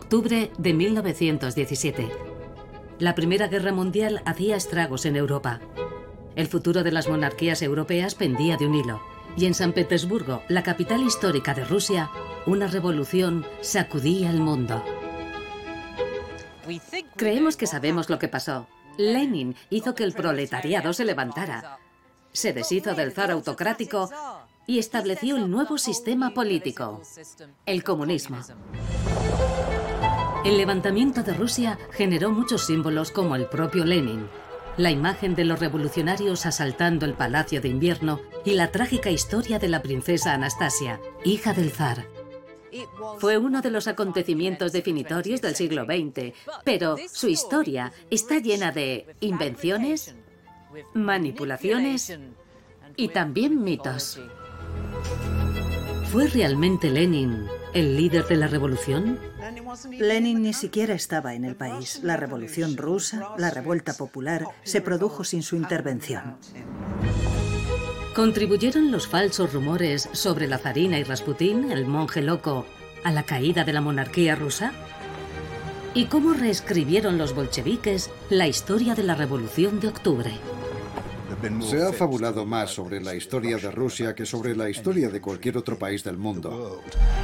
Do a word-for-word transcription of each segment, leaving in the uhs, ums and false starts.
Octubre de mil novecientos diecisiete. La Primera Guerra Mundial hacía estragos en Europa. El futuro de las monarquías europeas pendía de un hilo. Y en San Petersburgo, la capital histórica de Rusia, una revolución sacudía el mundo. Creemos que sabemos lo que pasó. Lenin hizo que el proletariado se levantara. Se deshizo del zar autocrático y estableció el nuevo sistema político, el comunismo. El levantamiento de Rusia generó muchos símbolos como el propio Lenin, la imagen de los revolucionarios asaltando el Palacio de Invierno y la trágica historia de la princesa Anastasia, hija del zar. Fue uno de los acontecimientos definitorios del siglo veinte, pero su historia está llena de invenciones, manipulaciones y también mitos. ¿Fue realmente Lenin el líder de la revolución? Lenin ni siquiera estaba en el país. La revolución rusa, la revuelta popular, se produjo sin su intervención. ¿Contribuyeron los falsos rumores sobre la zarina y Rasputín, el monje loco, a la caída de la monarquía rusa? ¿Y cómo reescribieron los bolcheviques la historia de la Revolución de Octubre? Se ha fabulado más sobre la historia de Rusia que sobre la historia de cualquier otro país del mundo.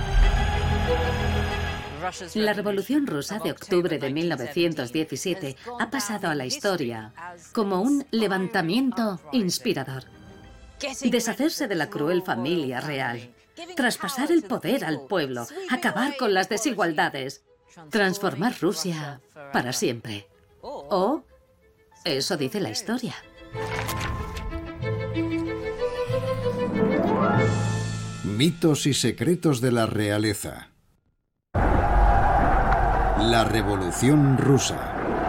La Revolución Rusa de octubre de mil novecientos diecisiete ha pasado a la historia como un levantamiento inspirador. Deshacerse de la cruel familia real, traspasar el poder al pueblo, acabar con las desigualdades, transformar Rusia para siempre. O eso dice la historia. Mitos y secretos de la realeza. La Revolución Rusa.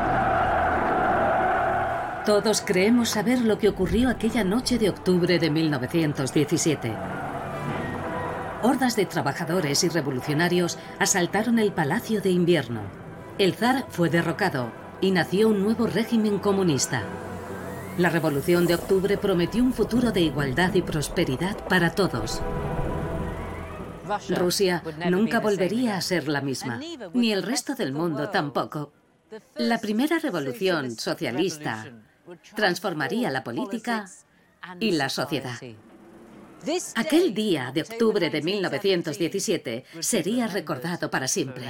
Todos creemos saber lo que ocurrió aquella noche de octubre de mil novecientos diecisiete. Hordas de trabajadores y revolucionarios asaltaron el Palacio de Invierno. El zar fue derrocado y nació un nuevo régimen comunista. La Revolución de Octubre prometió un futuro de igualdad y prosperidad para todos. Rusia nunca volvería a ser la misma, ni el resto del mundo tampoco. La primera revolución socialista transformaría la política y la sociedad. Aquel día de octubre de mil novecientos diecisiete sería recordado para siempre.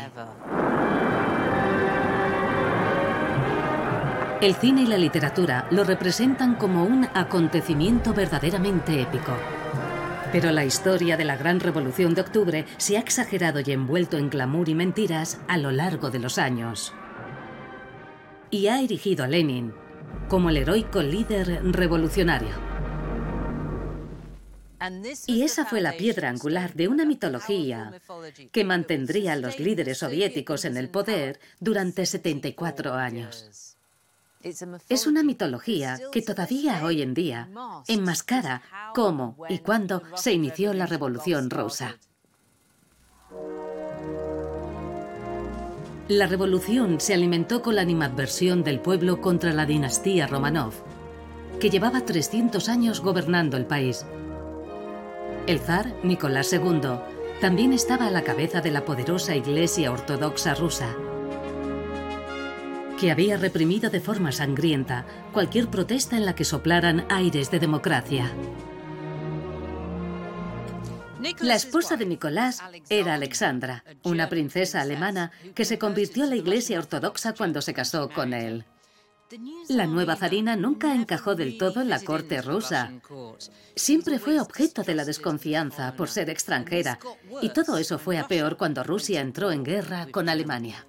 El cine y la literatura lo representan como un acontecimiento verdaderamente épico. Pero la historia de la Gran Revolución de Octubre se ha exagerado y envuelto en glamour y mentiras a lo largo de los años. Y ha erigido a Lenin como el heroico líder revolucionario. Y esa fue la piedra angular de una mitología que mantendría a los líderes soviéticos en el poder durante setenta y cuatro años. Es una mitología que todavía hoy en día enmascara cómo y cuándo se inició la Revolución Rusa. La revolución se alimentó con la animadversión del pueblo contra la dinastía Romanov, que llevaba trescientos años gobernando el país. El zar, Nicolás segundo, también estaba a la cabeza de la poderosa Iglesia Ortodoxa rusa, que había reprimido de forma sangrienta cualquier protesta en la que soplaran aires de democracia. La esposa de Nicolás era Alexandra, una princesa alemana que se convirtió a la Iglesia Ortodoxa cuando se casó con él. La nueva zarina nunca encajó del todo en la corte rusa. Siempre fue objeto de la desconfianza por ser extranjera, y todo eso fue a peor cuando Rusia entró en guerra con Alemania.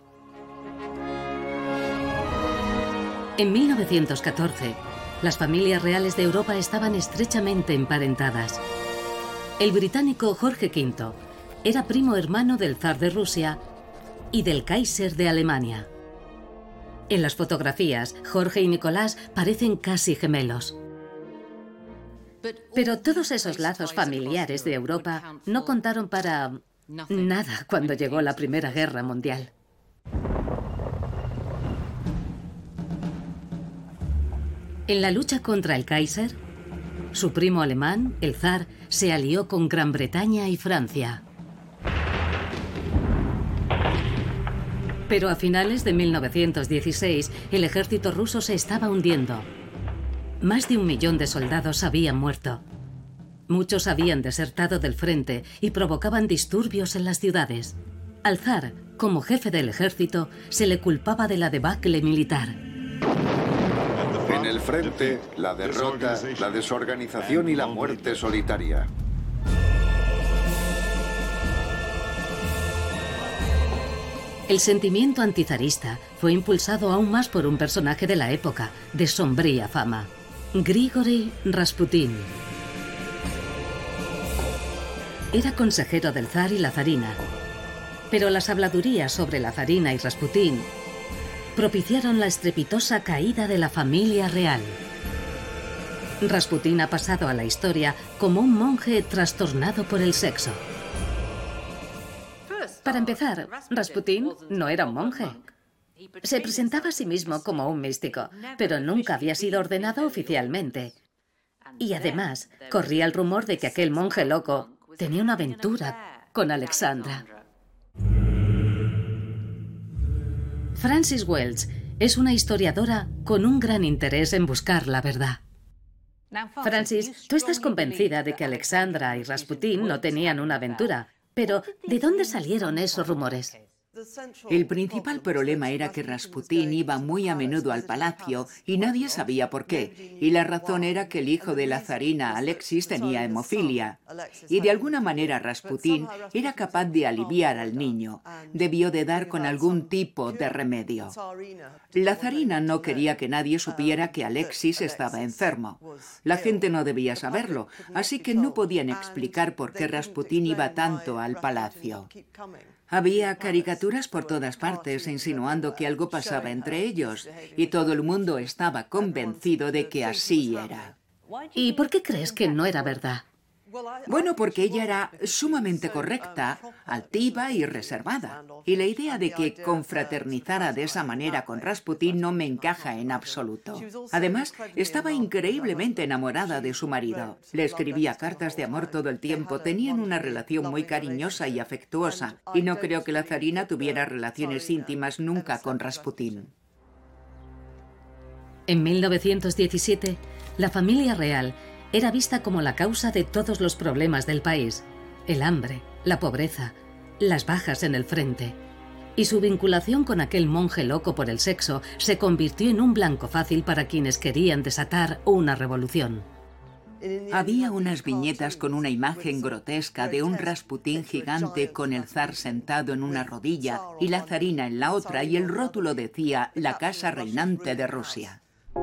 En mil novecientos catorce, las familias reales de Europa estaban estrechamente emparentadas. El británico Jorge quinto era primo hermano del zar de Rusia y del Kaiser de Alemania. En las fotografías, Jorge y Nicolás parecen casi gemelos. Pero todos esos lazos familiares de Europa no contaron para nada cuando llegó la Primera Guerra Mundial. En la lucha contra el Kaiser, su primo alemán, el zar, se alió con Gran Bretaña y Francia. Pero a finales de mil novecientos dieciséis, el ejército ruso se estaba hundiendo. Más de un millón de soldados habían muerto. Muchos habían desertado del frente y provocaban disturbios en las ciudades. Al zar, como jefe del ejército, se le culpaba de la debacle militar. En el frente, la derrota, la desorganización y la muerte solitaria. El sentimiento antizarista fue impulsado aún más por un personaje de la época, de sombría fama, Grigori Rasputín. Era consejero del zar y la zarina, pero las habladurías sobre la zarina y Rasputín propiciaron la estrepitosa caída de la familia real. Rasputín ha pasado a la historia como un monje trastornado por el sexo. Para empezar, Rasputín no era un monje. Se presentaba a sí mismo como un místico, pero nunca había sido ordenado oficialmente. Y además, corría el rumor de que aquel monje loco tenía una aventura con Alexandra. Frances Welch es una historiadora con un gran interés en buscar la verdad. Frances, tú estás convencida de que Alexandra y Rasputín no tenían una aventura. Pero, ¿de dónde salieron esos rumores? El principal problema era que Rasputín iba muy a menudo al palacio y nadie sabía por qué. Y la razón era que el hijo de la zarina, Alexis, tenía hemofilia. Y de alguna manera Rasputín era capaz de aliviar al niño. Debió de dar con algún tipo de remedio. La zarina no quería que nadie supiera que Alexis estaba enfermo. La gente no debía saberlo, así que no podían explicar por qué Rasputín iba tanto al palacio. Había caricaturas por todas partes insinuando que algo pasaba entre ellos, y todo el mundo estaba convencido de que así era. ¿Y por qué crees que no era verdad? Bueno, porque ella era sumamente correcta, altiva y reservada. Y la idea de que confraternizara de esa manera con Rasputín no me encaja en absoluto. Además, estaba increíblemente enamorada de su marido. Le escribía cartas de amor todo el tiempo, tenían una relación muy cariñosa y afectuosa, y no creo que la zarina tuviera relaciones íntimas nunca con Rasputín. En mil novecientos diecisiete, la familia real era vista como la causa de todos los problemas del país: el hambre, la pobreza, las bajas en el frente. Y su vinculación con aquel monje loco por el sexo se convirtió en un blanco fácil para quienes querían desatar una revolución. Había unas viñetas con una imagen grotesca de un Rasputín gigante con el zar sentado en una rodilla y la zarina en la otra, y el rótulo decía «La casa reinante de Rusia».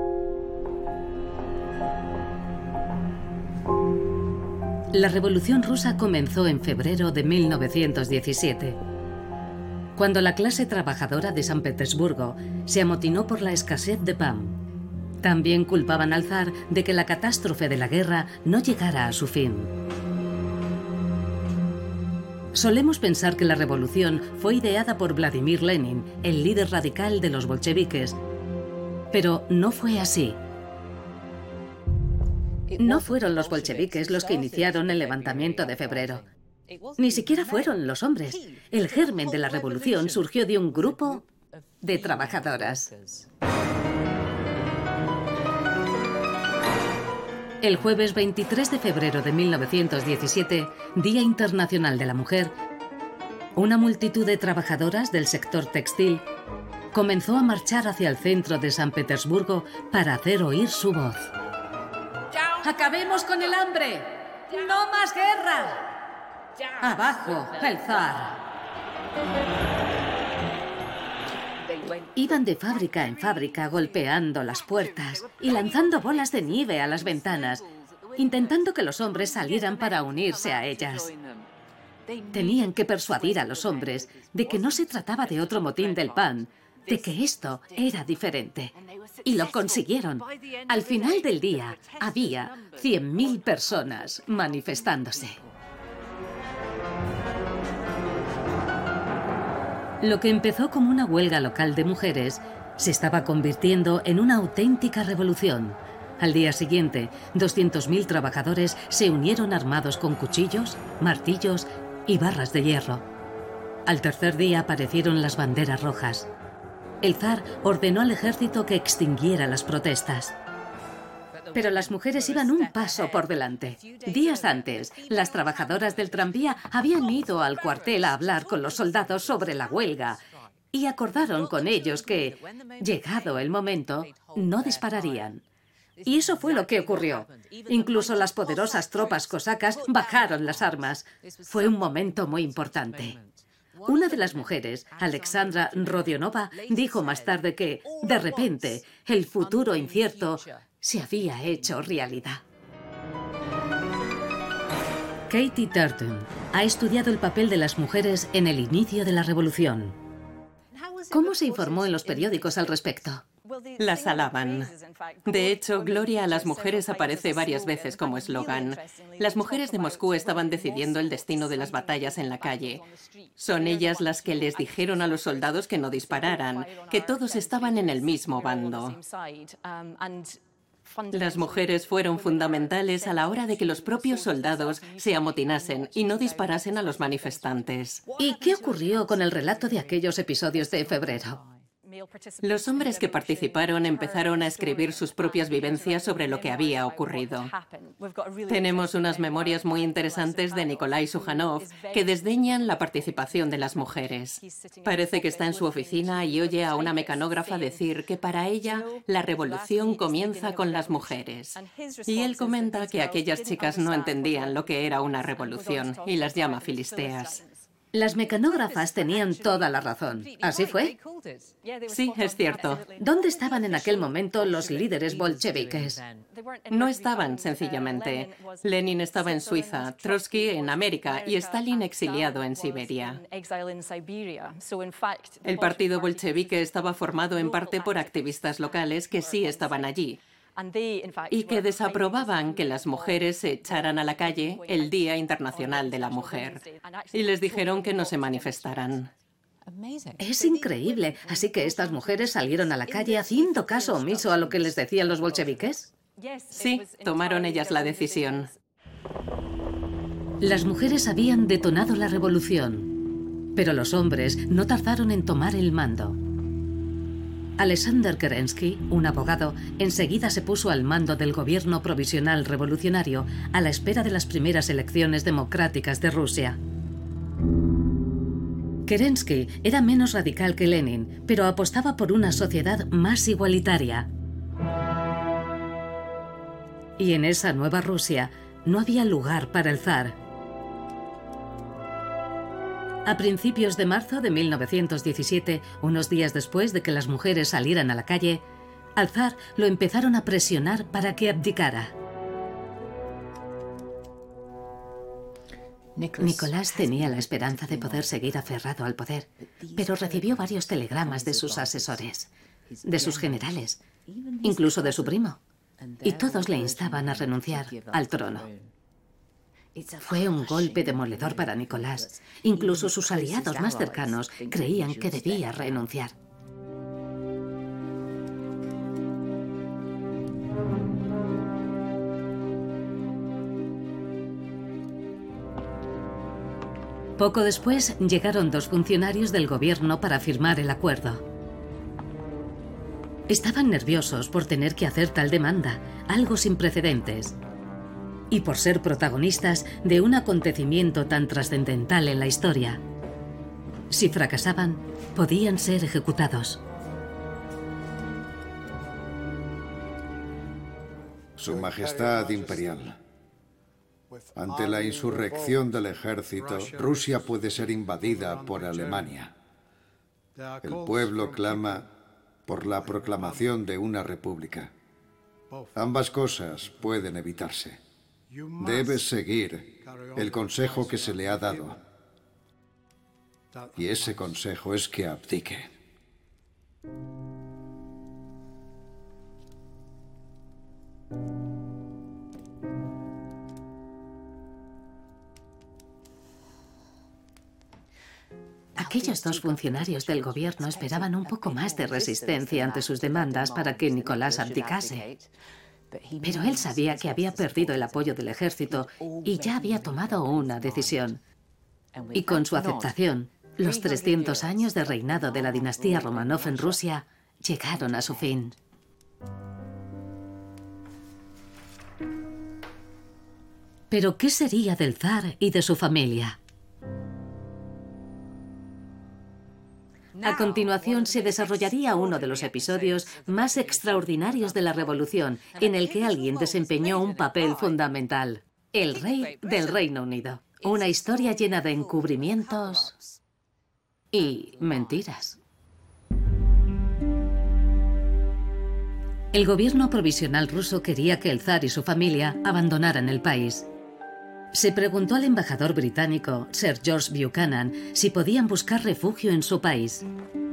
La Revolución Rusa comenzó en febrero de mil novecientos diecisiete, cuando la clase trabajadora de San Petersburgo se amotinó por la escasez de pan. También culpaban al zar de que la catástrofe de la guerra no llegara a su fin. Solemos pensar que la revolución fue ideada por Vladimir Lenin, el líder radical de los bolcheviques, pero no fue así. No fueron los bolcheviques los que iniciaron el levantamiento de febrero. Ni siquiera fueron los hombres. El germen de la revolución surgió de un grupo de trabajadoras. El jueves veintitrés de febrero de mil novecientos diecisiete, Día Internacional de la Mujer, una multitud de trabajadoras del sector textil comenzó a marchar hacia el centro de San Petersburgo para hacer oír su voz. ¡Acabemos con el hambre! ¡No más guerra! ¡Abajo el zar! Iban de fábrica en fábrica golpeando las puertas y lanzando bolas de nieve a las ventanas, intentando que los hombres salieran para unirse a ellas. Tenían que persuadir a los hombres de que no se trataba de otro motín del pan, de que esto era diferente. Y lo consiguieron. Al final del día, había cien mil personas manifestándose. Lo que empezó como una huelga local de mujeres se estaba convirtiendo en una auténtica revolución. Al día siguiente, doscientos mil trabajadores se unieron armados con cuchillos, martillos y barras de hierro. Al tercer día aparecieron las banderas rojas. El zar ordenó al ejército que extinguiera las protestas. Pero las mujeres iban un paso por delante. Días antes, las trabajadoras del tranvía habían ido al cuartel a hablar con los soldados sobre la huelga y acordaron con ellos que, llegado el momento, no dispararían. Y eso fue lo que ocurrió. Incluso las poderosas tropas cosacas bajaron las armas. Fue un momento muy importante. Una de las mujeres, Alexandra Rodionova, dijo más tarde que, de repente, el futuro incierto se había hecho realidad. Katie Turton ha estudiado el papel de las mujeres en el inicio de la revolución. ¿Cómo se informó en los periódicos al respecto? Las alaban. De hecho, Gloria a las mujeres aparece varias veces como eslogan. Las mujeres de Moscú estaban decidiendo el destino de las batallas en la calle. Son ellas las que les dijeron a los soldados que no dispararan, que todos estaban en el mismo bando. Las mujeres fueron fundamentales a la hora de que los propios soldados se amotinasen y no disparasen a los manifestantes. ¿Y qué ocurrió con el relato de aquellos episodios de febrero? Los hombres que participaron empezaron a escribir sus propias vivencias sobre lo que había ocurrido. Tenemos unas memorias muy interesantes de Nikolai Sukhanov que desdeñan la participación de las mujeres. Parece que está en su oficina y oye a una mecanógrafa decir que para ella la revolución comienza con las mujeres. Y él comenta que aquellas chicas no entendían lo que era una revolución y las llama filisteas. Las mecanógrafas tenían toda la razón. ¿Así fue? Sí, es cierto. ¿Dónde estaban en aquel momento los líderes bolcheviques? No estaban, sencillamente. Lenin estaba en Suiza, Trotsky en América y Stalin exiliado en Siberia. El partido bolchevique estaba formado en parte por activistas locales que sí estaban allí y que desaprobaban que las mujeres se echaran a la calle el Día Internacional de la Mujer. Y les dijeron que no se manifestaran. Es increíble. ¿Así que estas mujeres salieron a la calle haciendo caso omiso a lo que les decían los bolcheviques? Sí, tomaron ellas la decisión. Las mujeres habían detonado la revolución, pero los hombres no tardaron en tomar el mando. Alexander Kerensky, un abogado, enseguida se puso al mando del gobierno provisional revolucionario a la espera de las primeras elecciones democráticas de Rusia. Kerensky era menos radical que Lenin, pero apostaba por una sociedad más igualitaria. Y en esa nueva Rusia no había lugar para el zar. A principios de marzo de mil novecientos diecisiete, unos días después de que las mujeres salieran a la calle, al zar lo empezaron a presionar para que abdicara. Nicolás tenía la esperanza de poder seguir aferrado al poder, pero recibió varios telegramas de sus asesores, de sus generales, incluso de su primo, y todos le instaban a renunciar al trono. Fue un golpe demoledor para Nicolás. Incluso sus aliados más cercanos creían que debía renunciar. Poco después llegaron dos funcionarios del gobierno para firmar el acuerdo. Estaban nerviosos por tener que hacer tal demanda, algo sin precedentes, y por ser protagonistas de un acontecimiento tan trascendental en la historia. Si fracasaban, podían ser ejecutados. Su Majestad Imperial, ante la insurrección del ejército, Rusia puede ser invadida por Alemania. El pueblo clama por la proclamación de una república. Ambas cosas pueden evitarse. Debes seguir el consejo que se le ha dado. Y ese consejo es que abdique. Aquellos dos funcionarios del gobierno esperaban un poco más de resistencia ante sus demandas para que Nicolás abdicase. Pero él sabía que había perdido el apoyo del ejército y ya había tomado una decisión. Y con su aceptación, Los trescientos años de reinado de la dinastía Romanov en Rusia llegaron a su fin. Pero ¿qué sería del zar y de su familia? A continuación se desarrollaría uno de los episodios más extraordinarios de la Revolución, en el que alguien desempeñó un papel fundamental: el rey del Reino Unido. Una historia llena de encubrimientos y mentiras. El gobierno provisional ruso quería que el zar y su familia abandonaran el país. Se preguntó al embajador británico, Sir George Buchanan, si podían buscar refugio en su país.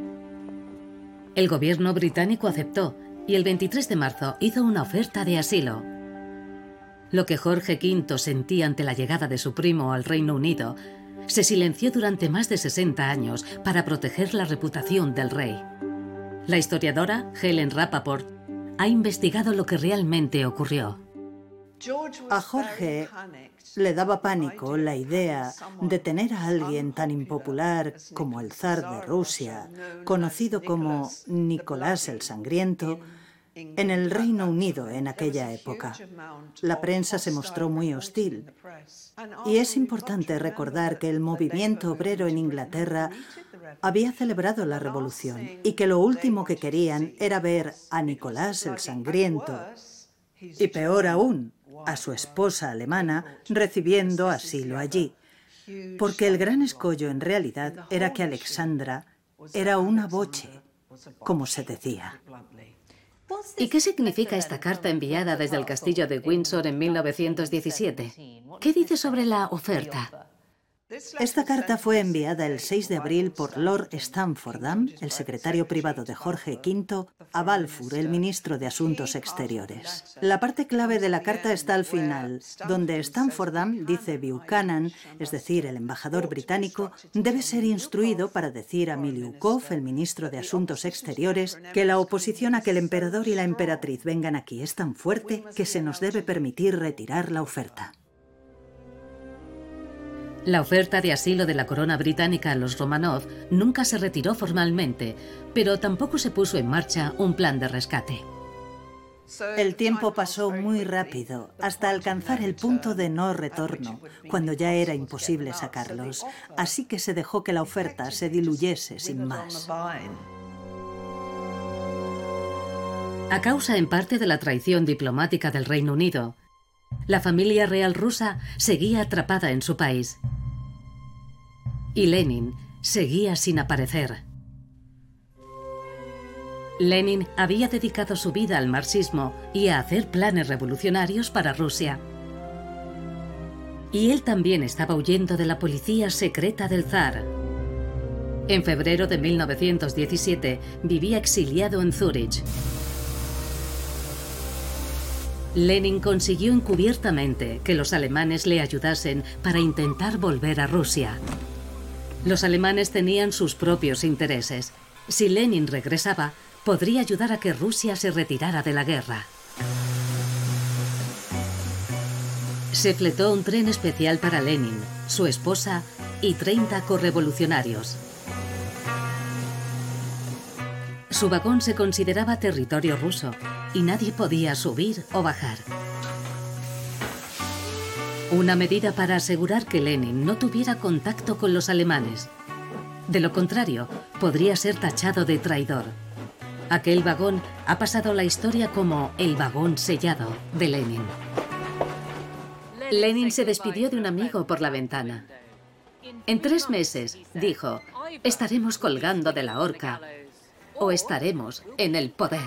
El gobierno británico aceptó y el veintitrés de marzo hizo una oferta de asilo. Lo que Jorge quinto sentía ante la llegada de su primo al Reino Unido se silenció durante más de sesenta años para proteger la reputación del rey. La historiadora Helen Rappaport ha investigado lo que realmente ocurrió. A Jorge le daba pánico la idea de tener a alguien tan impopular como el zar de Rusia, conocido como Nicolás el Sangriento, en el Reino Unido en aquella época. La prensa se mostró muy hostil. Y es importante recordar que el movimiento obrero en Inglaterra había celebrado la revolución y que lo último que querían era ver a Nicolás el Sangriento, y peor aún, a su esposa alemana, recibiendo asilo allí. Porque el gran escollo en realidad era que Alexandra era una boche, como se decía. ¿Y qué significa esta carta enviada desde el castillo de Windsor en mil novecientos diecisiete? ¿Qué dice sobre la oferta? Esta carta fue enviada el seis de abril por Lord Stamfordham, el secretario privado de Jorge quinto, a Balfour, el ministro de Asuntos Exteriores. La parte clave de la carta está al final, donde Stamfordham dice Buchanan, es decir, el embajador británico, debe ser instruido para decir a Miliukov, el ministro de Asuntos Exteriores, que la oposición a que el emperador y la emperatriz vengan aquí es tan fuerte que se nos debe permitir retirar la oferta. La oferta de asilo de la corona británica a los Romanov nunca se retiró formalmente, pero tampoco se puso en marcha un plan de rescate. El tiempo pasó muy rápido, hasta alcanzar el punto de no retorno, cuando ya era imposible sacarlos, así que se dejó que la oferta se diluyese sin más. A causa en parte de la traición diplomática del Reino Unido, la familia real rusa seguía atrapada en su país. Y Lenin seguía sin aparecer. Lenin había dedicado su vida al marxismo y a hacer planes revolucionarios para Rusia. Y él también estaba huyendo de la policía secreta del zar. En febrero de mil novecientos diecisiete vivía exiliado en Zúrich. Lenin consiguió encubiertamente que los alemanes le ayudasen para intentar volver a Rusia. Los alemanes tenían sus propios intereses. Si Lenin regresaba, podría ayudar a que Rusia se retirara de la guerra. Se fletó un tren especial para Lenin, su esposa y treinta correvolucionarios. Su vagón se consideraba territorio ruso y nadie podía subir o bajar. Una medida para asegurar que Lenin no tuviera contacto con los alemanes. De lo contrario, podría ser tachado de traidor. Aquel vagón ha pasado a la historia como el vagón sellado de Lenin. Lenin se despidió de un amigo por la ventana. En tres meses, dijo, estaremos colgando de la horca o estaremos en el poder.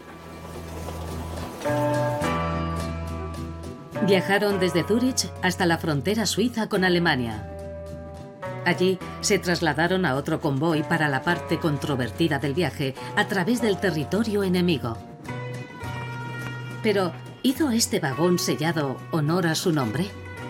Viajaron desde Zúrich hasta la frontera suiza con Alemania. Allí se trasladaron a otro convoy para la parte controvertida del viaje a través del territorio enemigo. Pero, ¿hizo este vagón sellado honor a su nombre?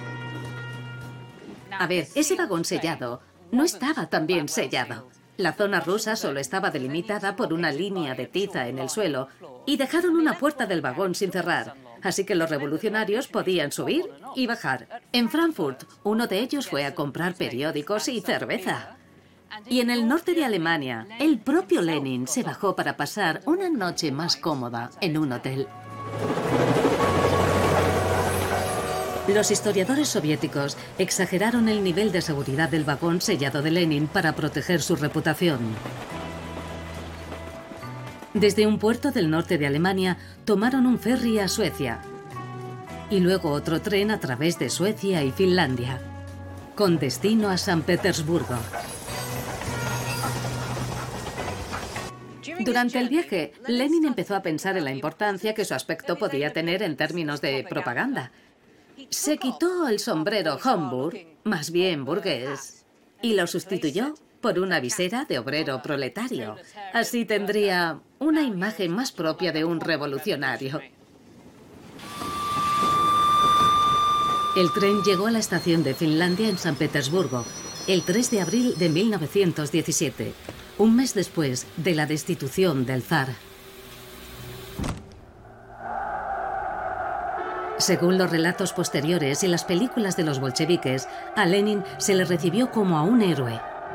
A ver, ese vagón sellado no estaba tan bien sellado. La zona rusa solo estaba delimitada por una línea de tiza en el suelo y dejaron una puerta del vagón sin cerrar, así que los revolucionarios podían subir y bajar. En Frankfurt, uno de ellos fue a comprar periódicos y cerveza. Y en el norte de Alemania, el propio Lenin se bajó para pasar una noche más cómoda en un hotel. Los historiadores soviéticos exageraron el nivel de seguridad del vagón sellado de Lenin para proteger su reputación. Desde un puerto del norte de Alemania tomaron un ferry a Suecia y luego otro tren a través de Suecia y Finlandia, con destino a San Petersburgo. Durante el viaje, Lenin empezó a pensar en la importancia que su aspecto podía tener en términos de propaganda. Se quitó el sombrero Homburg, más bien burgués, y lo sustituyó por una visera de obrero proletario. Así tendría una imagen más propia de un revolucionario. El tren llegó a la estación de Finlandia en San Petersburgo el tres de abril de mil novecientos diecisiete, un mes después de la destitución del zar. Según los relatos posteriores y las películas de los bolcheviques, a Lenin se le recibió como a un héroe.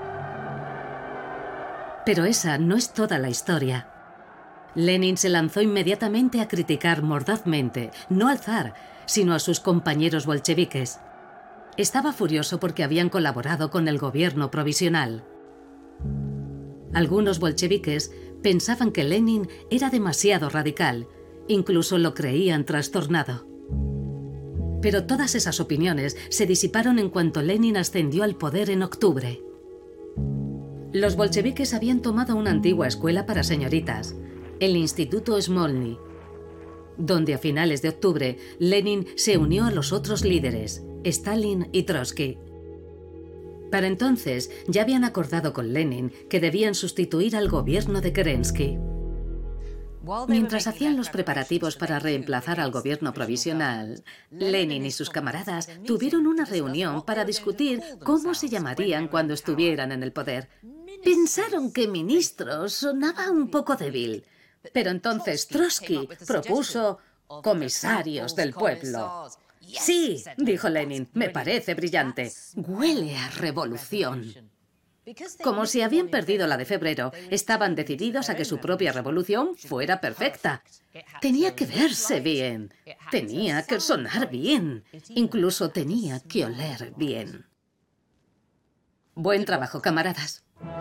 Pero esa no es toda la historia. Lenin se lanzó inmediatamente a criticar mordazmente, no al zar, sino a sus compañeros bolcheviques. Estaba furioso porque habían colaborado con el gobierno provisional. Algunos bolcheviques pensaban que Lenin era demasiado radical, incluso lo creían trastornado. Pero todas esas opiniones se disiparon en cuanto Lenin ascendió al poder en octubre. Los bolcheviques habían tomado una antigua escuela para señoritas, el Instituto Smolny, donde a finales de octubre Lenin se unió a los otros líderes, Stalin y Trotsky. Para entonces ya habían acordado con Lenin que debían sustituir al gobierno de Kerensky. Mientras hacían los preparativos para reemplazar al gobierno provisional, Lenin y sus camaradas tuvieron una reunión para discutir cómo se llamarían cuando estuvieran en el poder. Pensaron que ministro sonaba un poco débil, pero entonces Trotsky propuso comisarios del pueblo. Sí, dijo Lenin, me parece brillante. Huele a revolución. Como si habían perdido la de febrero, estaban decididos a que su propia revolución fuera perfecta. Tenía que verse bien, tenía que sonar bien, incluso tenía que oler bien. Buen trabajo, camaradas.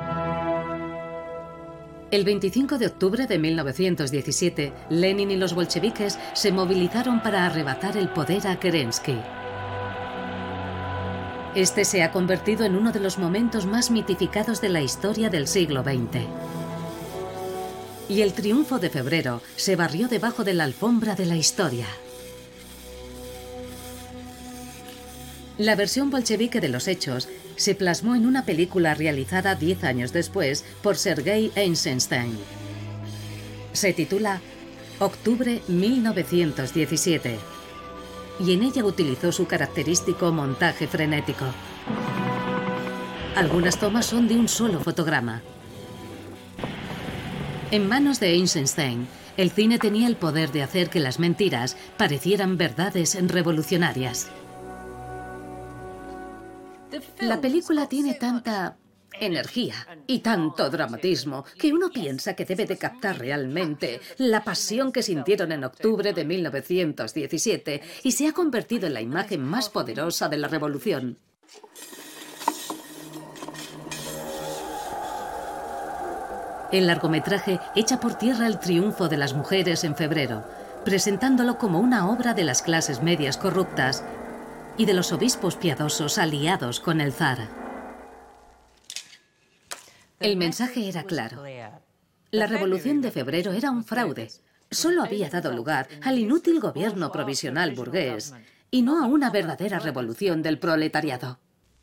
El veinticinco de octubre de mil novecientos diecisiete, Lenin y los bolcheviques se movilizaron para arrebatar el poder a Kerensky. Este se ha convertido en uno de los momentos más mitificados de la historia del siglo veinte. Y el triunfo de febrero se barrió debajo de la alfombra de la historia. La versión bolchevique de los hechos se plasmó en una película realizada diez años después por Sergei Eisenstein. Se titula Octubre mil novecientos diecisiete. Y en ella utilizó su característico montaje frenético. Algunas tomas son de un solo fotograma. En manos de Eisenstein, el cine tenía el poder de hacer que las mentiras parecieran verdades revolucionarias. La película tiene tanta energía y tanto dramatismo que uno piensa que debe de captar realmente la pasión que sintieron en octubre de mil novecientos diecisiete y se ha convertido en la imagen más poderosa de la revolución. El largometraje echa por tierra el triunfo de las mujeres en febrero, presentándolo como una obra de las clases medias corruptas y de los obispos piadosos aliados con el zar. El mensaje era claro. La revolución de febrero era un fraude. Solo había dado lugar al inútil gobierno provisional burgués y no a una verdadera revolución del proletariado.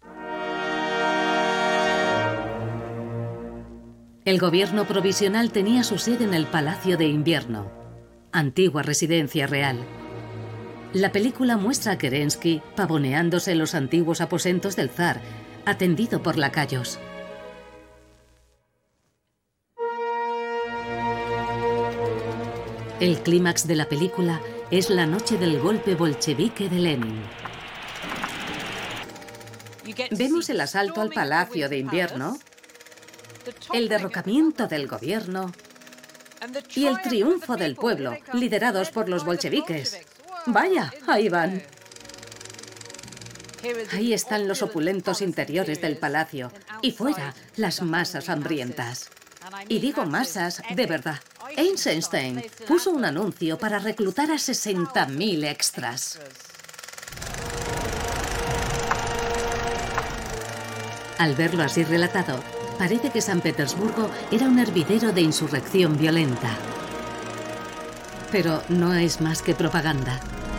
El gobierno provisional tenía su sede en el Palacio de Invierno, antigua residencia real. La película muestra a Kerensky pavoneándose en los antiguos aposentos del zar, atendido por lacayos. El clímax de la película es la noche del golpe bolchevique de Lenin. Vemos el asalto al Palacio de Invierno el derrocamiento del gobierno y el triunfo del pueblo, liderados por los bolcheviques. Vaya, ahí van. Ahí están los opulentos interiores del palacio y fuera las masas hambrientas. Y digo masas de verdad. Eisenstein puso un anuncio para reclutar a sesenta mil extras. Al verlo así relatado, parece que San Petersburgo era un hervidero de insurrección violenta. Pero no es más que propaganda.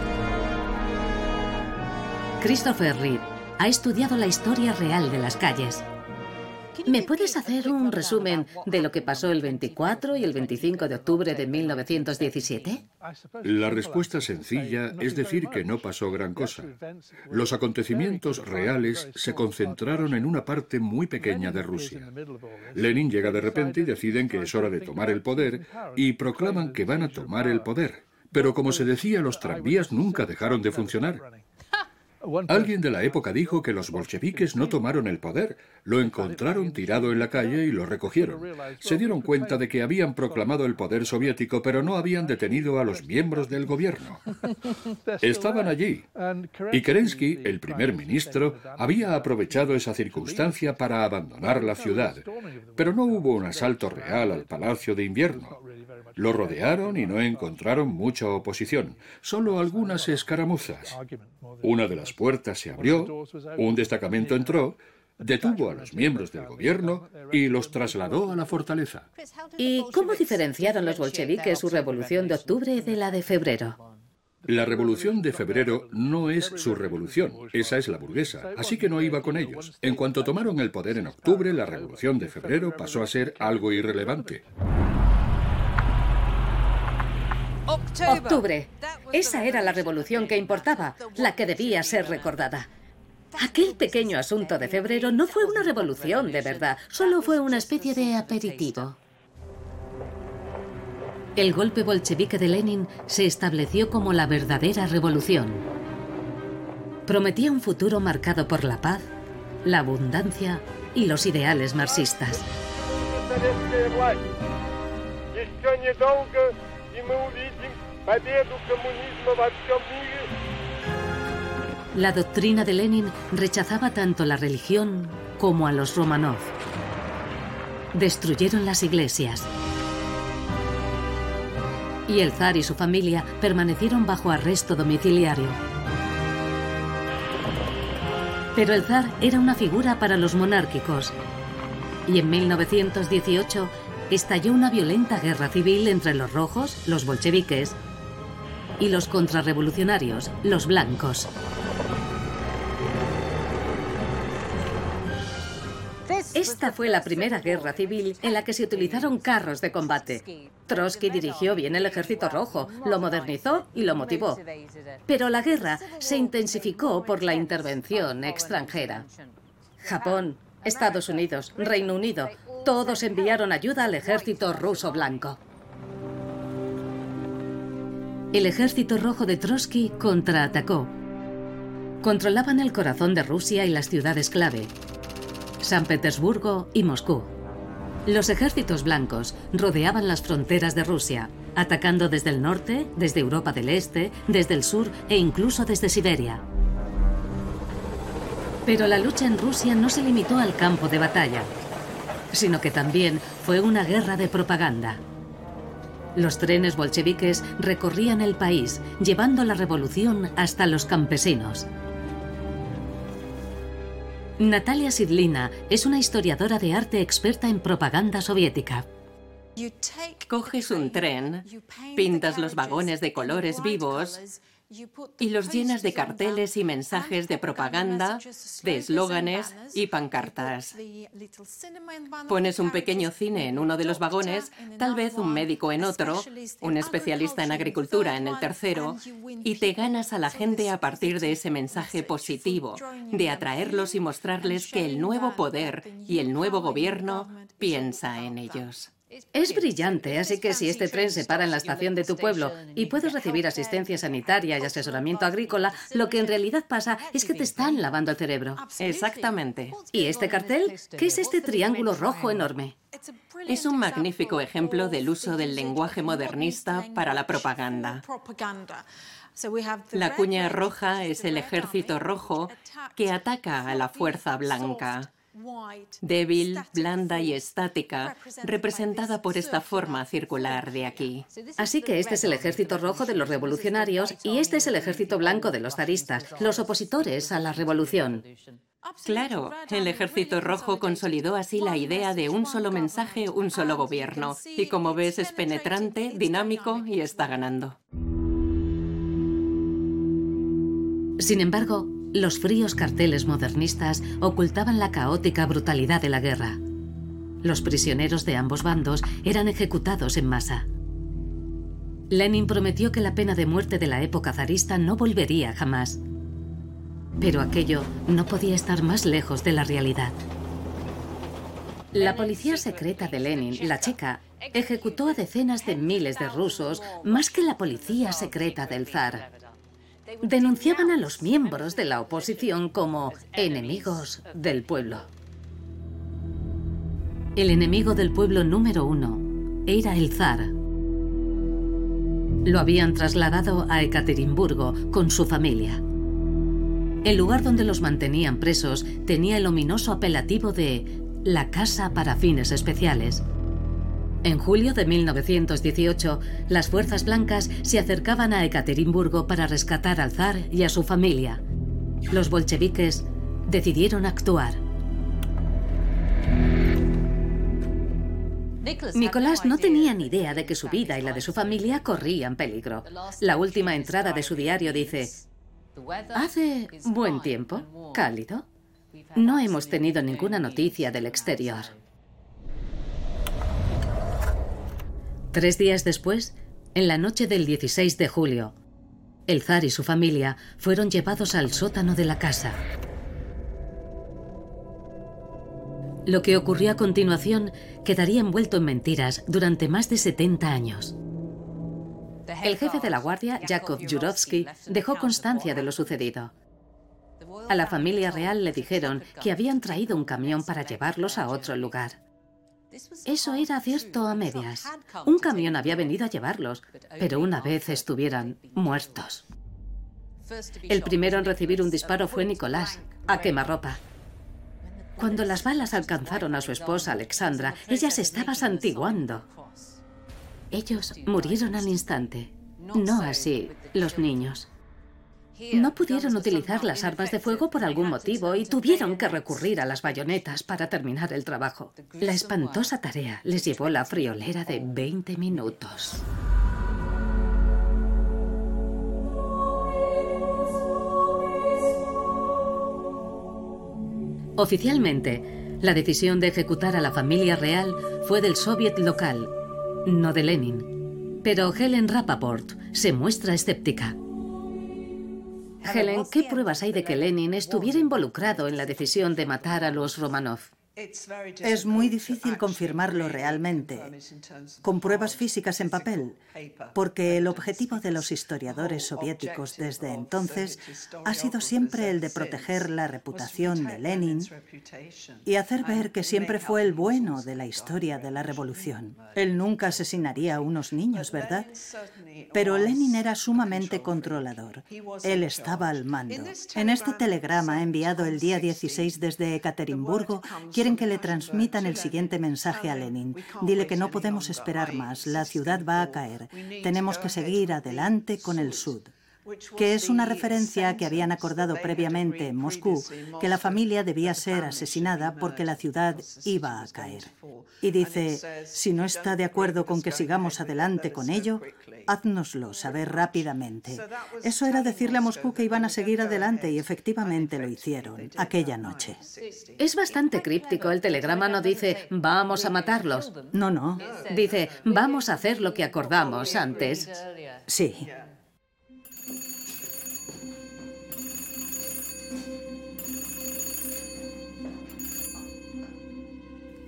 Christopher Reeve ha estudiado la historia real de las calles. ¿Me puedes hacer un resumen de lo que pasó el veinticuatro y el veinticinco de octubre de mil novecientos diecisiete? La respuesta sencilla es decir que no pasó gran cosa. Los acontecimientos reales se concentraron en una parte muy pequeña de Rusia. Lenin llega de repente y deciden que es hora de tomar el poder y proclaman que van a tomar el poder. Pero como se decía, los tranvías nunca dejaron de funcionar. Alguien de la época dijo que los bolcheviques no tomaron el poder, lo encontraron tirado en la calle y lo recogieron. Se dieron cuenta de que habían proclamado el poder soviético, pero no habían detenido a los miembros del gobierno. Estaban allí. Y Kerensky, el primer ministro, había aprovechado esa circunstancia para abandonar la ciudad. Pero no hubo un asalto real al Palacio de Invierno. Lo rodearon y no encontraron mucha oposición, solo algunas escaramuzas. Una de las puertas se abrió, un destacamento entró, detuvo a los miembros del gobierno y los trasladó a la fortaleza. ¿Y cómo diferenciaron los bolcheviques su revolución de octubre de la de febrero? La revolución de febrero no es su revolución, esa es la burguesa, así que no iba con ellos. En cuanto tomaron el poder en octubre, la revolución de febrero pasó a ser algo irrelevante. Octubre. Esa era la revolución que importaba, la que debía ser recordada. Aquel pequeño asunto de febrero no fue una revolución de verdad, solo fue una especie de aperitivo. El golpe bolchevique de Lenin se estableció como la verdadera revolución. Prometía un futuro marcado por la paz, la abundancia y los ideales marxistas. La doctrina de Lenin rechazaba tanto la religión como a los Romanov. Destruyeron las iglesias. Y el zar y su familia permanecieron bajo arresto domiciliario. Pero el zar era una figura para los monárquicos. Y en mil novecientos dieciocho estalló una violenta guerra civil entre los rojos, los bolcheviques, y los contrarrevolucionarios, los blancos. Esta fue la primera guerra civil en la que se utilizaron carros de combate. Trotsky dirigió bien el ejército rojo, lo modernizó y lo motivó. Pero la guerra se intensificó por la intervención extranjera. Japón, Estados Unidos, Reino Unido, todos enviaron ayuda al ejército ruso blanco. El ejército rojo de Trotsky contraatacó. Controlaban el corazón de Rusia y las ciudades clave, San Petersburgo y Moscú. Los ejércitos blancos rodeaban las fronteras de Rusia, atacando desde el norte, desde Europa del Este, desde el sur e incluso desde Siberia. Pero la lucha en Rusia no se limitó al campo de batalla, sino que también fue una guerra de propaganda. Los trenes bolcheviques recorrían el país, llevando la revolución hasta los campesinos. Natalia Sidlina es una historiadora de arte experta en propaganda soviética. Coges un tren, pintas los vagones de colores vivos y los llenas de carteles y mensajes de propaganda, de eslóganes y pancartas. Pones un pequeño cine en uno de los vagones, tal vez un médico en otro, un especialista en agricultura en el tercero, y te ganas a la gente a partir de ese mensaje positivo, de atraerlos y mostrarles que el nuevo poder y el nuevo gobierno piensa en ellos. Es brillante, así que si este tren se para en la estación de tu pueblo y puedes recibir asistencia sanitaria y asesoramiento agrícola, lo que en realidad pasa es que te están lavando el cerebro. Exactamente. ¿Y este cartel? ¿Qué es este triángulo rojo enorme? Es un magnífico ejemplo del uso del lenguaje modernista para la propaganda. La cuña roja es el ejército rojo que ataca a la fuerza blanca. Débil, blanda y estática, representada por esta forma circular de aquí. Así que este es el ejército rojo de los revolucionarios y este es el ejército blanco de los zaristas, los opositores a la revolución. Claro, el ejército rojo consolidó así la idea de un solo mensaje, un solo gobierno. Y como ves, es penetrante, dinámico y está ganando. Sin embargo, los fríos carteles modernistas ocultaban la caótica brutalidad de la guerra. Los prisioneros de ambos bandos eran ejecutados en masa. Lenin prometió que la pena de muerte de la época zarista no volvería jamás. Pero aquello no podía estar más lejos de la realidad. La policía secreta de Lenin, la Cheka, ejecutó a decenas de miles de rusos, más que la policía secreta del zar. Denunciaban a los miembros de la oposición como enemigos del pueblo. El enemigo del pueblo número uno era el zar. Lo habían trasladado a Ekaterimburgo con su familia. El lugar donde los mantenían presos tenía el ominoso apelativo de la Casa para Fines Especiales. En julio de mil novecientos dieciocho, las fuerzas blancas se acercaban a Ekaterimburgo para rescatar al zar y a su familia. Los bolcheviques decidieron actuar. Nicolás no tenía ni idea de que su vida y la de su familia corrían peligro. La última entrada de su diario dice: hace buen tiempo, cálido. No hemos tenido ninguna noticia del exterior. Tres días después, en la noche del dieciséis de julio, el zar y su familia fueron llevados al sótano de la casa. Lo que ocurrió a continuación quedaría envuelto en mentiras durante más de setenta años. El jefe de la guardia, Yakov Yurovsky, dejó constancia de lo sucedido. A la familia real le dijeron que habían traído un camión para llevarlos a otro lugar. Eso era cierto a medias. Un camión había venido a llevarlos, pero una vez estuvieran muertos. El primero en recibir un disparo fue Nicolás, a quemarropa. Cuando las balas alcanzaron a su esposa Alexandra, ella se estaba santiguando. Ellos murieron al instante, no así los niños. No pudieron utilizar las armas de fuego por algún motivo y tuvieron que recurrir a las bayonetas para terminar el trabajo. La espantosa tarea les llevó la friolera de veinte minutos. Oficialmente, la decisión de ejecutar a la familia real fue del soviet local, no de Lenin. Pero Helen Rappaport se muestra escéptica. Helen, ¿qué pruebas hay de que Lenin estuviera involucrado en la decisión de matar a los Romanov? Es muy difícil confirmarlo realmente, con pruebas físicas en papel, porque el objetivo de los historiadores soviéticos desde entonces ha sido siempre el de proteger la reputación de Lenin y hacer ver que siempre fue el bueno de la historia de la revolución. Él nunca asesinaría a unos niños, ¿verdad? Pero Lenin era sumamente controlador. Él estaba al mando. En este telegrama enviado el día dieciséis desde Ekaterimburgo, quieren que le transmitan el siguiente mensaje a Lenin. Dile que no podemos esperar más, la ciudad va a caer. Tenemos que seguir adelante con el Sud. Que es una referencia a que habían acordado previamente en Moscú que la familia debía ser asesinada porque la ciudad iba a caer. Y dice, si no está de acuerdo con que sigamos adelante con ello, háznoslo saber rápidamente. Eso era decirle a Moscú que iban a seguir adelante y efectivamente lo hicieron aquella noche. Es bastante críptico. El telegrama no dice, vamos a matarlos. No, no. Dice, vamos a hacer lo que acordamos antes. Sí.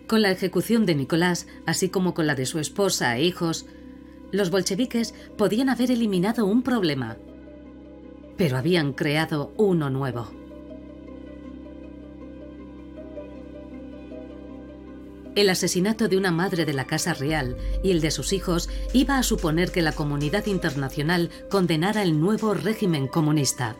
Con la ejecución de Nicolás, así como con la de su esposa e hijos, los bolcheviques podían haber eliminado un problema, pero habían creado uno nuevo. El asesinato de una madre de la Casa Real y el de sus hijos iba a suponer que la comunidad internacional condenara el nuevo régimen comunista.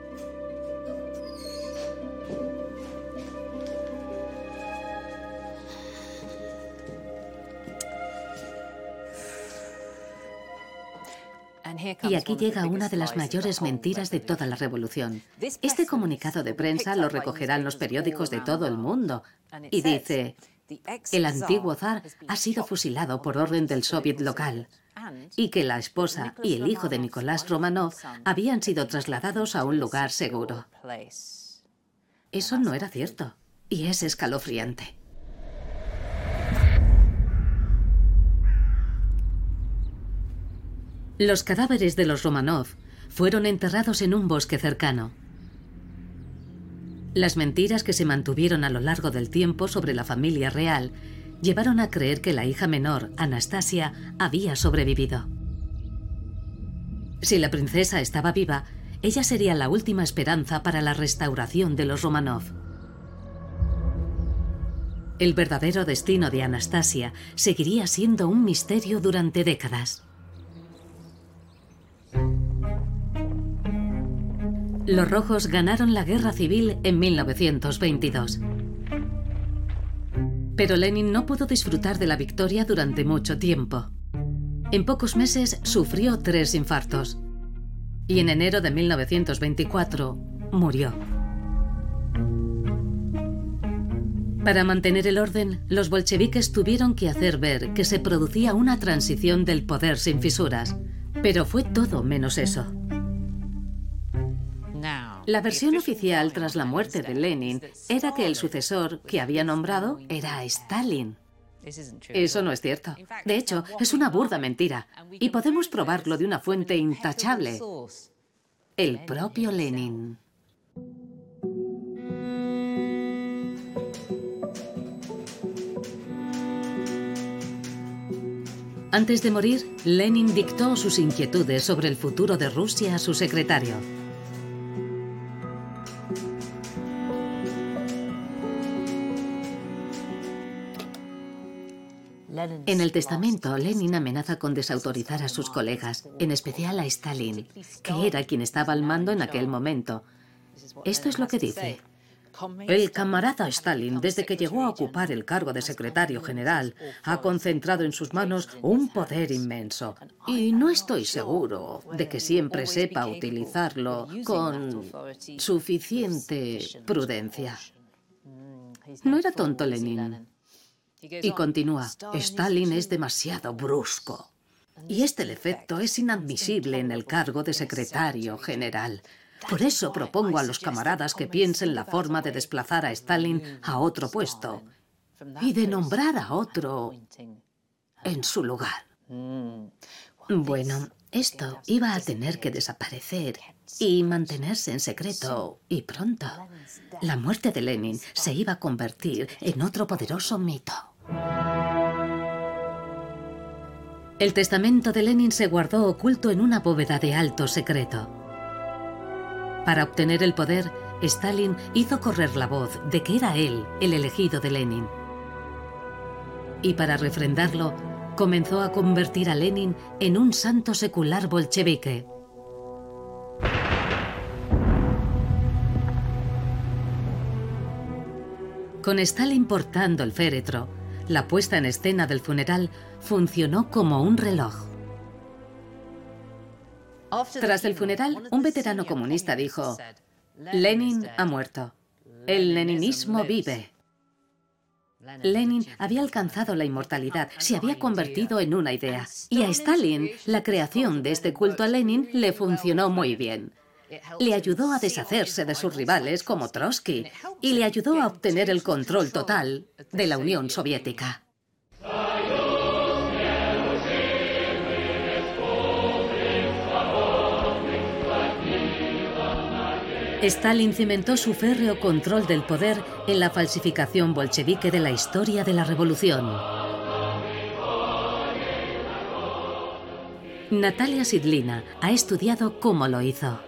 Y aquí llega una de las mayores mentiras de toda la revolución. Este comunicado de prensa lo recogerán los periódicos de todo el mundo y dice: el antiguo zar ha sido fusilado por orden del soviet local y que la esposa y el hijo de Nicolás Romanov habían sido trasladados a un lugar seguro. Eso no era cierto y es escalofriante. Los cadáveres de los Romanov fueron enterrados en un bosque cercano. Las mentiras que se mantuvieron a lo largo del tiempo sobre la familia real llevaron a creer que la hija menor, Anastasia, había sobrevivido. Si la princesa estaba viva, ella sería la última esperanza para la restauración de los Romanov. El verdadero destino de Anastasia seguiría siendo un misterio durante décadas. Los rojos ganaron la guerra civil en mil novecientos veintidós. Pero Lenin no pudo disfrutar de la victoria durante mucho tiempo. En pocos meses sufrió tres infartos y en enero de mil novecientos veinticuatro murió. Para mantener el orden, los bolcheviques tuvieron que hacer ver que se producía una transición del poder sin fisuras, pero fue todo menos eso. La versión oficial tras la muerte de Lenin era que el sucesor que había nombrado era Stalin. Eso no es cierto. De hecho, es una burda mentira. Y podemos probarlo de una fuente intachable: el propio Lenin. Antes de morir, Lenin dictó sus inquietudes sobre el futuro de Rusia a su secretario. En el testamento, Lenin amenaza con desautorizar a sus colegas, en especial a Stalin, que era quien estaba al mando en aquel momento. Esto es lo que dice: el camarada Stalin, desde que llegó a ocupar el cargo de secretario general, ha concentrado en sus manos un poder inmenso. Y no estoy seguro de que siempre sepa utilizarlo con suficiente prudencia. No era tonto Lenin. Y continúa: Stalin es demasiado brusco. Y este efecto es inadmisible en el cargo de secretario general. Por eso propongo a los camaradas que piensen la forma de desplazar a Stalin a otro puesto y de nombrar a otro en su lugar. Bueno, esto iba a tener que desaparecer y mantenerse en secreto, y pronto. La muerte de Lenin se iba a convertir en otro poderoso mito. El testamento de Lenin se guardó oculto en una bóveda de alto secreto. Para obtener el poder, Stalin hizo correr la voz de que era él el elegido de Lenin. Y para refrendarlo, comenzó a convertir a Lenin en un santo secular bolchevique. Con Stalin portando el féretro, la puesta en escena del funeral funcionó como un reloj. Tras el funeral, un veterano comunista dijo: Lenin ha muerto. El leninismo vive. Lenin había alcanzado la inmortalidad, se había convertido en una idea. Y a Stalin, la creación de este culto a Lenin le funcionó muy bien. Le ayudó a deshacerse de sus rivales como Trotsky y le ayudó a obtener el control total de la Unión Soviética. Stalin cimentó su férreo control del poder en la falsificación bolchevique de la historia de la revolución. Natalia Sidlina ha estudiado cómo lo hizo.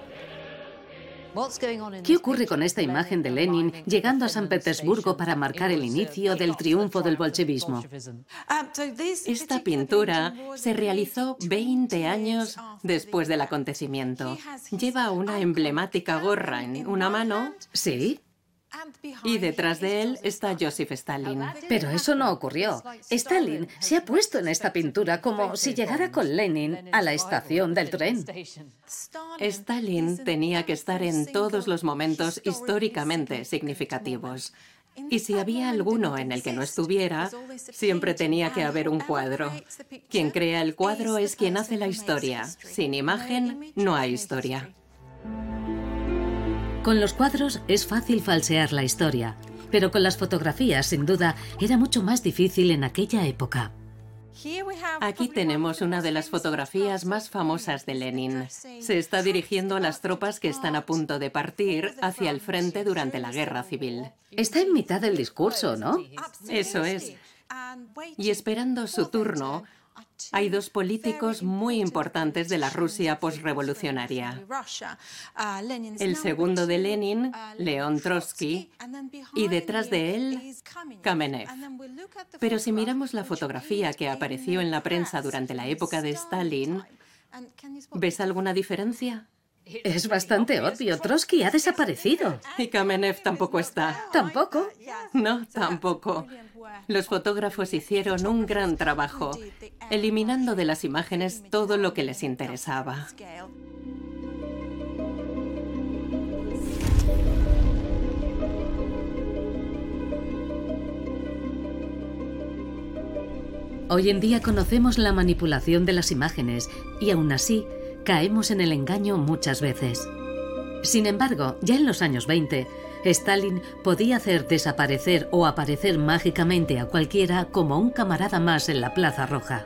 ¿Qué ocurre con esta imagen de Lenin llegando a San Petersburgo para marcar el inicio del triunfo del bolchevismo? Esta pintura se realizó veinte años después del acontecimiento. Lleva una emblemática gorra en una mano. ¿Sí? Y detrás de él está Joseph Stalin. Pero eso no ocurrió. Stalin se ha puesto en esta pintura como si llegara con Lenin a la estación del tren. Stalin tenía que estar en todos los momentos históricamente significativos. Y si había alguno en el que no estuviera, siempre tenía que haber un cuadro. Quien crea el cuadro es quien hace la historia. Sin imagen, no hay historia. Con los cuadros es fácil falsear la historia, pero con las fotografías, sin duda, era mucho más difícil en aquella época. Aquí tenemos una de las fotografías más famosas de Lenin. Se está dirigiendo a las tropas que están a punto de partir hacia el frente durante la guerra civil. Está en mitad del discurso, ¿no? Eso es. Y esperando su turno, hay dos políticos muy importantes de la Rusia posrevolucionaria. El segundo de Lenin, León Trotsky, y detrás de él, Kamenev. Pero si miramos la fotografía que apareció en la prensa durante la época de Stalin, ¿ves alguna diferencia? Es bastante obvio. Trotsky ha desaparecido. Y Kamenev tampoco está. ¿Tampoco? No, tampoco. Los fotógrafos hicieron un gran trabajo, eliminando de las imágenes todo lo que les interesaba. Hoy en día conocemos la manipulación de las imágenes y aún así caemos en el engaño muchas veces. Sin embargo, ya en los años veinte, Stalin podía hacer desaparecer o aparecer mágicamente a cualquiera como un camarada más en la Plaza Roja.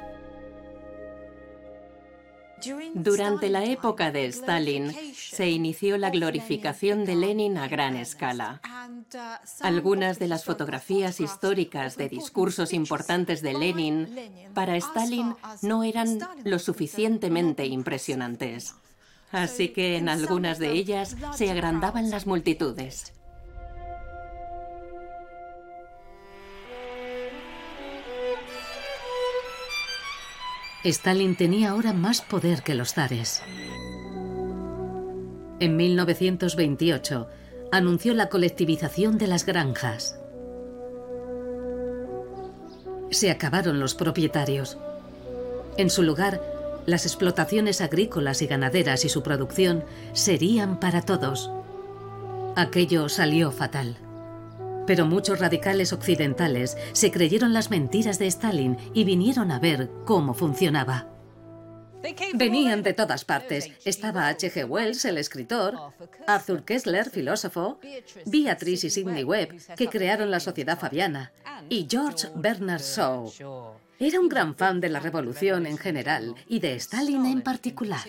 Durante la época de Stalin, se inició la glorificación de Lenin a gran escala. Algunas de las fotografías históricas de discursos importantes de Lenin para Stalin no eran lo suficientemente impresionantes. Así que en algunas de ellas se agrandaban las multitudes. Stalin tenía ahora más poder que los zares. En mil novecientos veintiocho anunció la colectivización de las granjas. Se acabaron los propietarios. En su lugar, las explotaciones agrícolas y ganaderas y su producción serían para todos. Aquello salió fatal. Pero muchos radicales occidentales se creyeron las mentiras de Stalin y vinieron a ver cómo funcionaba. Venían de todas partes. Estaba H G Wells, el escritor, Arthur Koestler, filósofo, Beatrice y Sidney Webb, que crearon la Sociedad Fabiana, y George Bernard Shaw. Era un gran fan de la revolución en general y de Stalin en particular.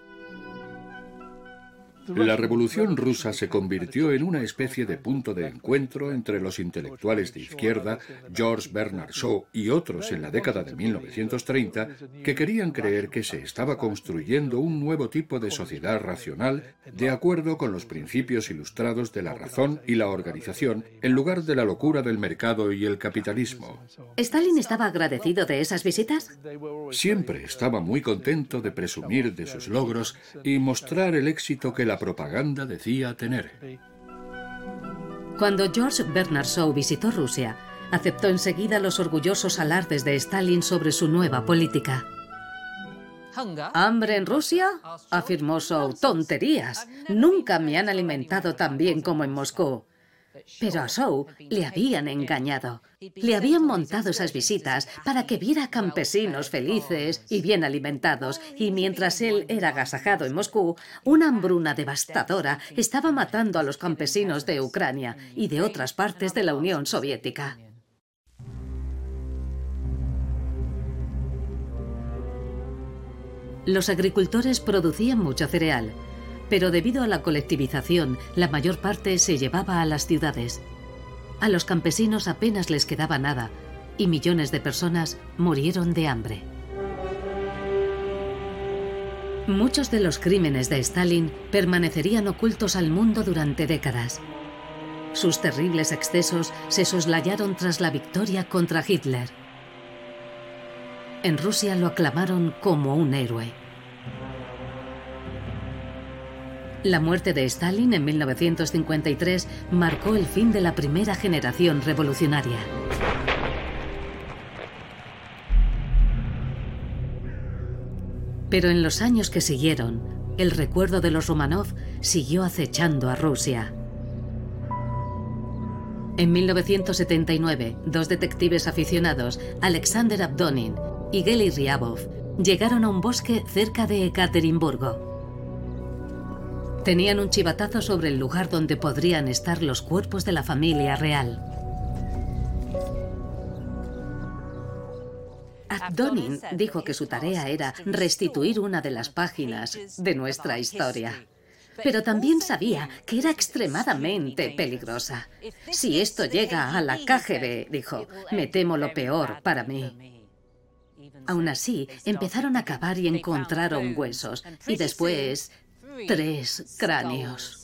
La Revolución rusa se convirtió en una especie de punto de encuentro entre los intelectuales de izquierda, George Bernard Shaw y otros en la década de mil novecientos treinta, que querían creer que se estaba construyendo un nuevo tipo de sociedad racional de acuerdo con los principios ilustrados de la razón y la organización, en lugar de la locura del mercado y el capitalismo. ¿Stalin estaba agradecido de esas visitas? Siempre estaba muy contento de presumir de sus logros y mostrar el éxito que la propaganda decía tener. Cuando George Bernard Shaw visitó Rusia, aceptó enseguida los orgullosos alardes de Stalin sobre su nueva política. ¿Hambre en Rusia?, afirmó Shaw. ¡Tonterías! Nunca me han alimentado tan bien como en Moscú. Pero a Shaw le habían engañado. Le habían montado esas visitas para que viera a campesinos felices y bien alimentados, y mientras él era agasajado en Moscú, una hambruna devastadora estaba matando a los campesinos de Ucrania y de otras partes de la Unión Soviética. Los agricultores producían mucho cereal. Pero debido a la colectivización, la mayor parte se llevaba a las ciudades. A los campesinos apenas les quedaba nada y millones de personas murieron de hambre. Muchos de los crímenes de Stalin permanecerían ocultos al mundo durante décadas. Sus terribles excesos se soslayaron tras la victoria contra Hitler. En Rusia lo aclamaron como un héroe. La muerte de Stalin en mil novecientos cincuenta y tres marcó el fin de la primera generación revolucionaria. Pero en los años que siguieron, el recuerdo de los Romanov siguió acechando a Rusia. En mil novecientos setenta y nueve, dos detectives aficionados, Alexander Abdonin y Geli Ryabov, llegaron a un bosque cerca de Ekaterimburgo. Tenían un chivatazo sobre el lugar donde podrían estar los cuerpos de la familia real. Abdonin dijo que su tarea era restituir una de las páginas de nuestra historia. Pero también sabía que era extremadamente peligrosa. Si esto llega a la K G B, dijo, me temo lo peor para mí. Aún así, empezaron a cavar y encontraron huesos. Y después, tres cráneos.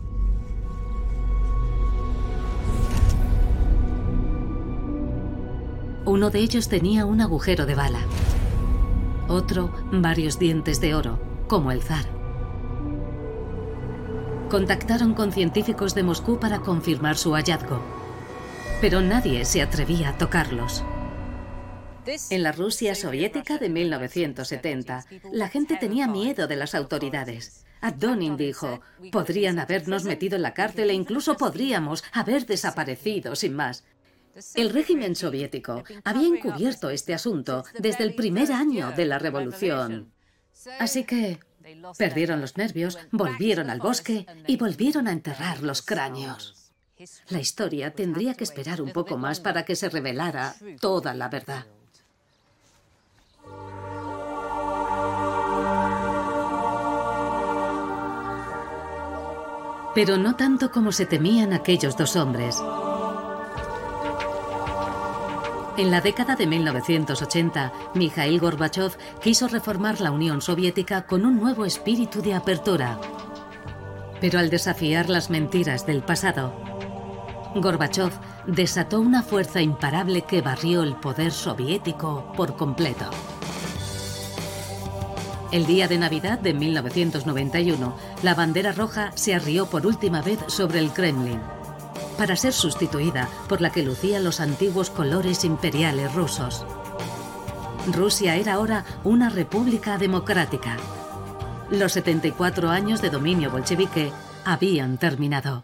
Uno de ellos tenía un agujero de bala. Otro, varios dientes de oro, como el zar. Contactaron con científicos de Moscú para confirmar su hallazgo. Pero nadie se atrevía a tocarlos. En la Rusia soviética de mil novecientos setenta, la gente tenía miedo de las autoridades. Abdonin dijo, podrían habernos metido en la cárcel e incluso podríamos haber desaparecido sin más. El régimen soviético había encubierto este asunto desde el primer año de la revolución. Así que perdieron los nervios, volvieron al bosque y volvieron a enterrar los cráneos. La historia tendría que esperar un poco más para que se revelara toda la verdad. Pero no tanto como se temían aquellos dos hombres. En la década de mil novecientos ochenta, Mikhail Gorbachov quiso reformar la Unión Soviética con un nuevo espíritu de apertura. Pero al desafiar las mentiras del pasado, Gorbachov desató una fuerza imparable que barrió el poder soviético por completo. El día de Navidad de mil novecientos noventa y uno, la bandera roja se arrió por última vez sobre el Kremlin, para ser sustituida por la que lucía los antiguos colores imperiales rusos. Rusia era ahora una república democrática. Los setenta y cuatro años de dominio bolchevique habían terminado.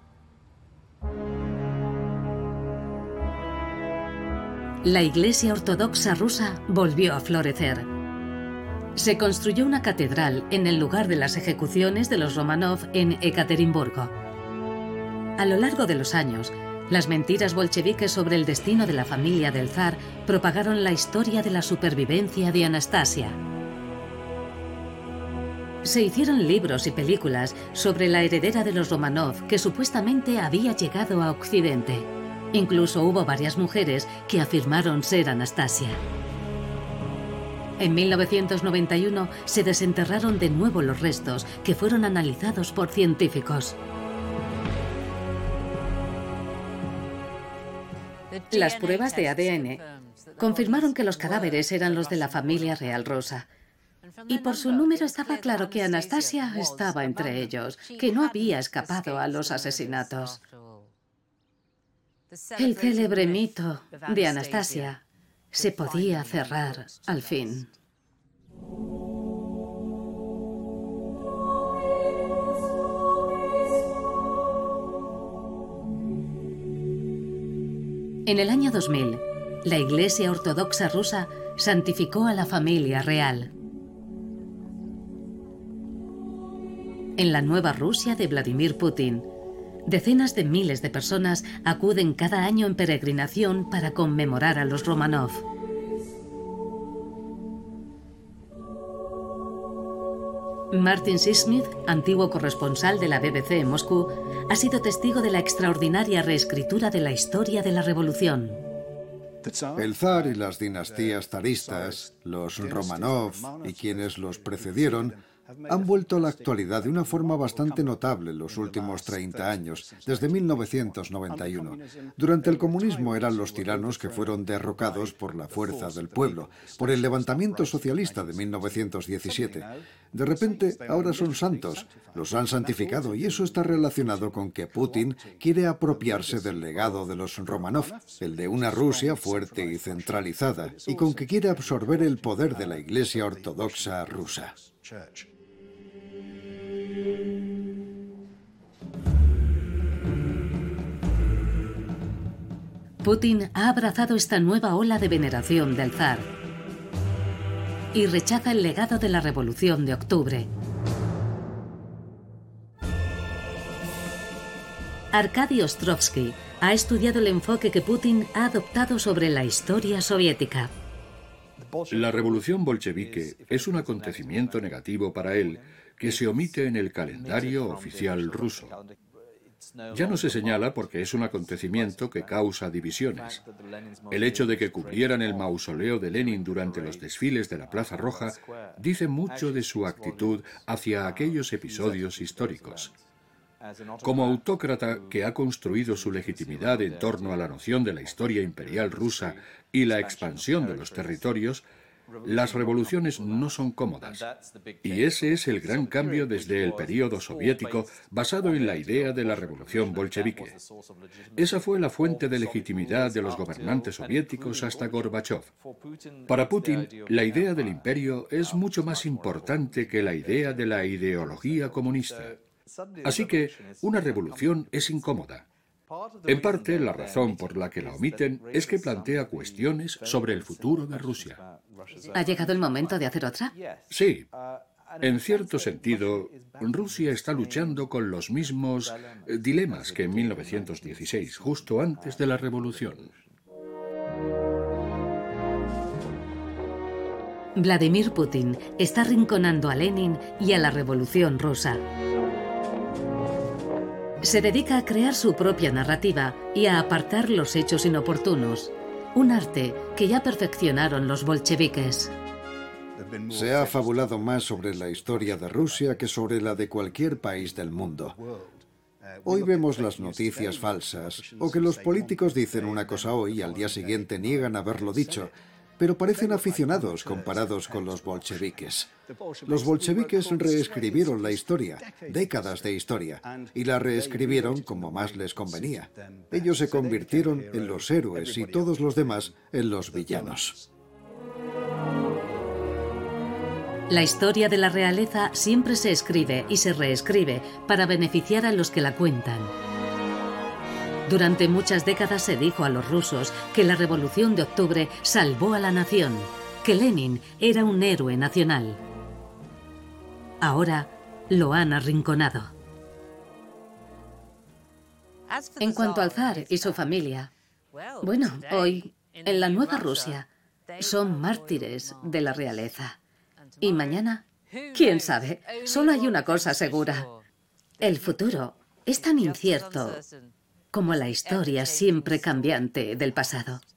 La Iglesia Ortodoxa rusa volvió a florecer. Se construyó una catedral en el lugar de las ejecuciones de los Romanov en Ekaterimburgo. A lo largo de los años, las mentiras bolcheviques sobre el destino de la familia del zar propagaron la historia de la supervivencia de Anastasia. Se hicieron libros y películas sobre la heredera de los Romanov que supuestamente había llegado a Occidente. Incluso hubo varias mujeres que afirmaron ser Anastasia. En mil novecientos noventa y uno se desenterraron de nuevo los restos que fueron analizados por científicos. Las pruebas de A D N confirmaron que los cadáveres eran los de la familia real rusa. Y por su número estaba claro que Anastasia estaba entre ellos, que no había escapado a los asesinatos. El célebre mito de Anastasia se podía cerrar al fin. En el año dos mil, la Iglesia Ortodoxa rusa santificó a la familia real. En la nueva Rusia de Vladimir Putin, decenas de miles de personas acuden cada año en peregrinación para conmemorar a los Romanov. Martin Sismith, antiguo corresponsal de la B B C en Moscú, ha sido testigo de la extraordinaria reescritura de la historia de la revolución. El zar y las dinastías zaristas, los Romanov y quienes los precedieron, han vuelto a la actualidad de una forma bastante notable en los últimos treinta años, desde mil novecientos noventa y uno. Durante el comunismo eran los tiranos que fueron derrocados por la fuerza del pueblo, por el levantamiento socialista de mil novecientos diecisiete. De repente, ahora son santos, los han santificado, y eso está relacionado con que Putin quiere apropiarse del legado de los Romanov, el de una Rusia fuerte y centralizada, y con que quiere absorber el poder de la Iglesia Ortodoxa rusa. Putin ha abrazado esta nueva ola de veneración del zar y rechaza el legado de la Revolución de Octubre. Arkady Ostrovsky ha estudiado el enfoque que Putin ha adoptado sobre la historia soviética. La revolución bolchevique es un acontecimiento negativo para él que se omite en el calendario oficial ruso. Ya no se señala porque es un acontecimiento que causa divisiones. El hecho de que cubrieran el mausoleo de Lenin durante los desfiles de la Plaza Roja dice mucho de su actitud hacia aquellos episodios históricos. Como autócrata que ha construido su legitimidad en torno a la noción de la historia imperial rusa y la expansión de los territorios, las revoluciones no son cómodas. Y ese es el gran cambio desde el período soviético basado en la idea de la revolución bolchevique. Esa fue la fuente de legitimidad de los gobernantes soviéticos hasta Gorbachov. Para Putin, la idea del imperio es mucho más importante que la idea de la ideología comunista. Así que una revolución es incómoda. En parte, la razón por la que la omiten es que plantea cuestiones sobre el futuro de Rusia. ¿Ha llegado el momento de hacer otra? Sí. En cierto sentido, Rusia está luchando con los mismos dilemas que en mil novecientos dieciséis, justo antes de la revolución. Vladimir Putin está arrinconando a Lenin y a la revolución rusa. Se dedica a crear su propia narrativa y a apartar los hechos inoportunos, un arte que ya perfeccionaron los bolcheviques. Se ha fabulado más sobre la historia de Rusia que sobre la de cualquier país del mundo. Hoy vemos las noticias falsas, o que los políticos dicen una cosa hoy y al día siguiente niegan haberlo dicho, pero parecen aficionados comparados con los bolcheviques. Los bolcheviques reescribieron la historia, décadas de historia, y la reescribieron como más les convenía. Ellos se convirtieron en los héroes y todos los demás en los villanos. La historia de la realeza siempre se escribe y se reescribe para beneficiar a los que la cuentan. Durante muchas décadas se dijo a los rusos que la Revolución de Octubre salvó a la nación, que Lenin era un héroe nacional. Ahora lo han arrinconado. En cuanto al zar y su familia, bueno, hoy, en la nueva Rusia, son mártires de la realeza. Y mañana, quién sabe, solo hay una cosa segura. El futuro es tan incierto como la historia siempre cambiante del pasado.